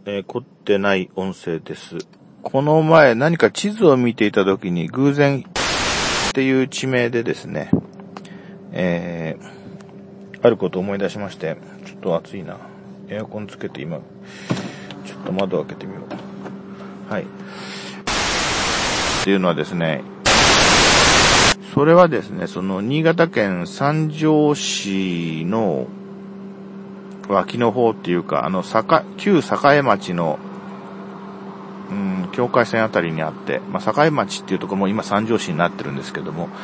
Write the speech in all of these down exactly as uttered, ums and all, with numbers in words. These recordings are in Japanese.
えー、凝ってない音声です。この前何か地図を見ていた時に偶然っていう地名でですね、えー、あることを思い出しまして、ちょっと暑いな。エアコンつけて今、ちょっと窓を開けてみよう。はい。っていうのはですね、それはですね、その新潟県三条市の脇の方っていうか、あの、坂、旧栄町の、うん、境界線あたりにあって、まあ、栄町っていうところも今三条市になってるんですけども、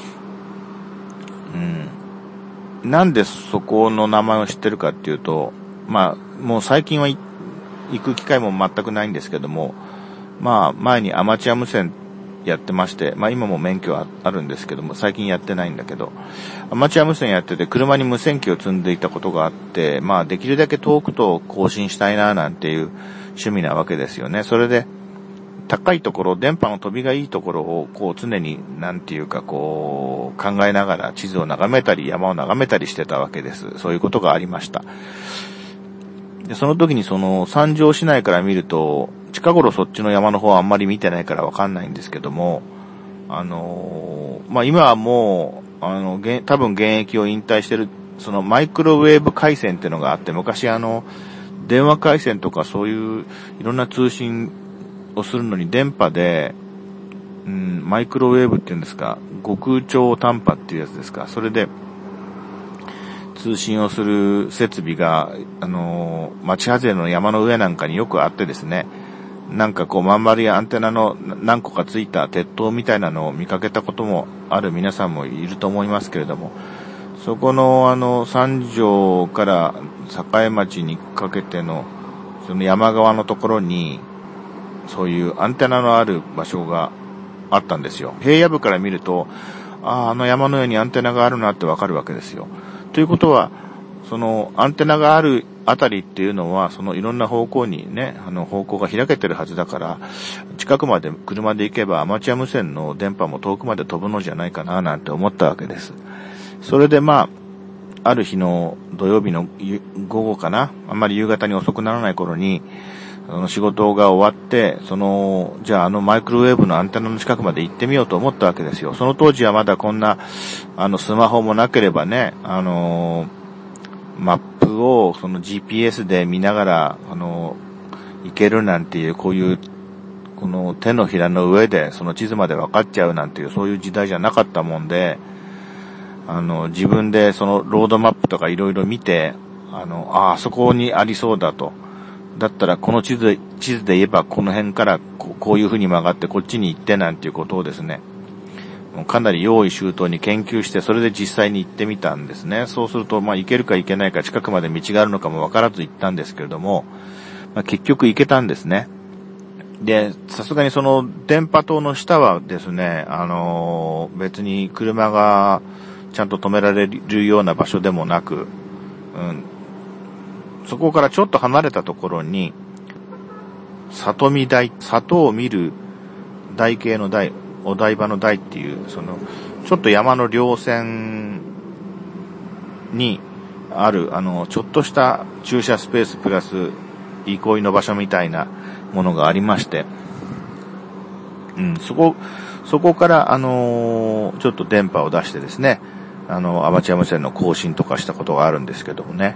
うん、なんでそこの名前を知ってるかっていうと、まあ、もう最近は行く機会も全くないんですけども、まあ、前にアマチュア無線やってまして、まあ今も免許はあるんですけども、最近やってないんだけど、アマチュア無線やってて車に無線機を積んでいたことがあって、まあできるだけ遠くと更新したいななんていう趣味なわけですよね。それで、高いところ、電波の飛びがいいところをこう常になんていうかこう考えながら地図を眺めたり山を眺めたりしてたわけです。そういうことがありました。で、その時にその三条市内から見ると、近頃そっちの山の方はあんまり見てないからわかんないんですけども、あのー、まあ、今はもう、あの、多分現役を引退してる、そのマイクロウェーブ回線っていうのがあって、昔あの、電話回線とかそういういろんな通信をするのに電波で、うん、マイクロウェーブっていうんですか、極超短波っていうやつですか、それで、通信をする設備が、あのー、町外れの山の上なんかによくあってですね、なんかこうまん丸いアンテナの何個かついた鉄塔みたいなのを見かけたこともある皆さんもいると思いますけれども、そこのあの三条から栄町にかけてのその山側のところにそういうアンテナのある場所があったんですよ。平野部から見ると、ああ、あの山の上にアンテナがあるなってわかるわけですよ。ということは、そのアンテナがあるあたりっていうのは、そのいろんな方向にね、あの方向が開けてるはずだから、近くまで車で行けばアマチュア無線の電波も遠くまで飛ぶのじゃないかななんて思ったわけです。それでまあ、ある日の土曜日の午後かな、あんまり夕方に遅くならない頃に、あの仕事が終わって、その、じゃああのマイクロウェーブのアンテナの近くまで行ってみようと思ったわけですよ。その当時はまだこんな、あのスマホもなければね、あのー、マップをその ジーピーエス で見ながら、あの、行けるなんていう、こういう、この手のひらの上でその地図まで分かっちゃうなんていう、そういう時代じゃなかったもんで、あの、自分でそのロードマップとかいろいろ見て、あの、あ、あそこにありそうだと。だったらこの地図、地図で言えばこの辺からこう、こういう風に曲がってこっちに行ってなんていうことをですね、かなり用意周到に研究して、それで実際に行ってみたんですね。そうすると、まあ行けるか行けないか、近くまで道があるのかも分からず行ったんですけれども、まあ、結局行けたんですね。で、さすがにその電波塔の下はですね、あのー、別に車がちゃんと止められるような場所でもなく、うん、そこからちょっと離れたところに、里見台、里を見る台形の台、お台場の台っていう、その、ちょっと山の稜線にある、あの、ちょっとした駐車スペースプラス、憩いの場所みたいなものがありまして、うん、そこ、そこから、あのー、ちょっと電波を出してですね、あの、アマチュア無線の更新とかしたことがあるんですけどもね。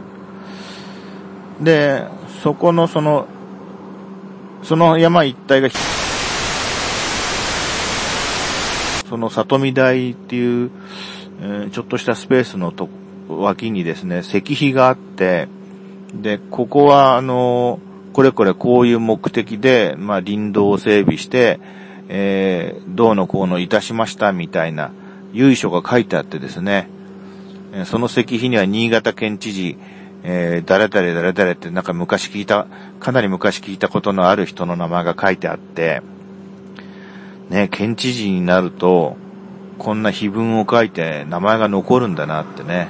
で、そこのその、その山一帯が、その里見台っていう、えー、ちょっとしたスペースのと脇にですね、石碑があって、で、ここはあの、これこれこういう目的で、まあ林道を整備して、えー、どうのこうのいたしましたみたいな由緒が書いてあってですね、えー、その石碑には新潟県知事、えー、誰々誰々ってなんか昔聞いた、かなり昔聞いたことのある人の名前が書いてあって、ね、県知事になると、こんな碑文を書いて名前が残るんだなってね、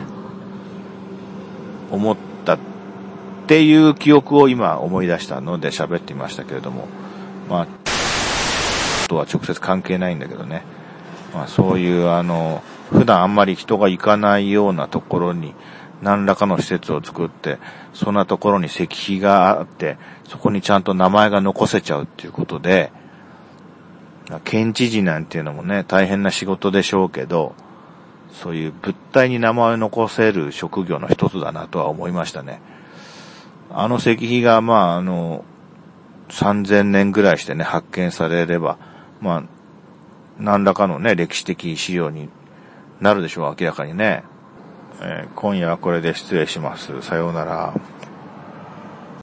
思ったっていう記憶を今思い出したので喋ってみましたけれども、まあ、とは直接関係ないんだけどね、まあそういうあの、普段あんまり人が行かないようなところに、 何らかの施設を作って、そんなところに石碑があって、そこにちゃんと名前が残せちゃうっていうことで、県知事なんていうのもね、大変な仕事でしょうけど、そういう物体に名前を残せる職業の一つだなとは思いましたね。あの石碑が、まあ、あの、さんぜんねんぐらいしてね、発見されれば、まあ、何らかのね、歴史的資料になるでしょう、明らかにね。えー、今夜はこれで失礼します。さようなら。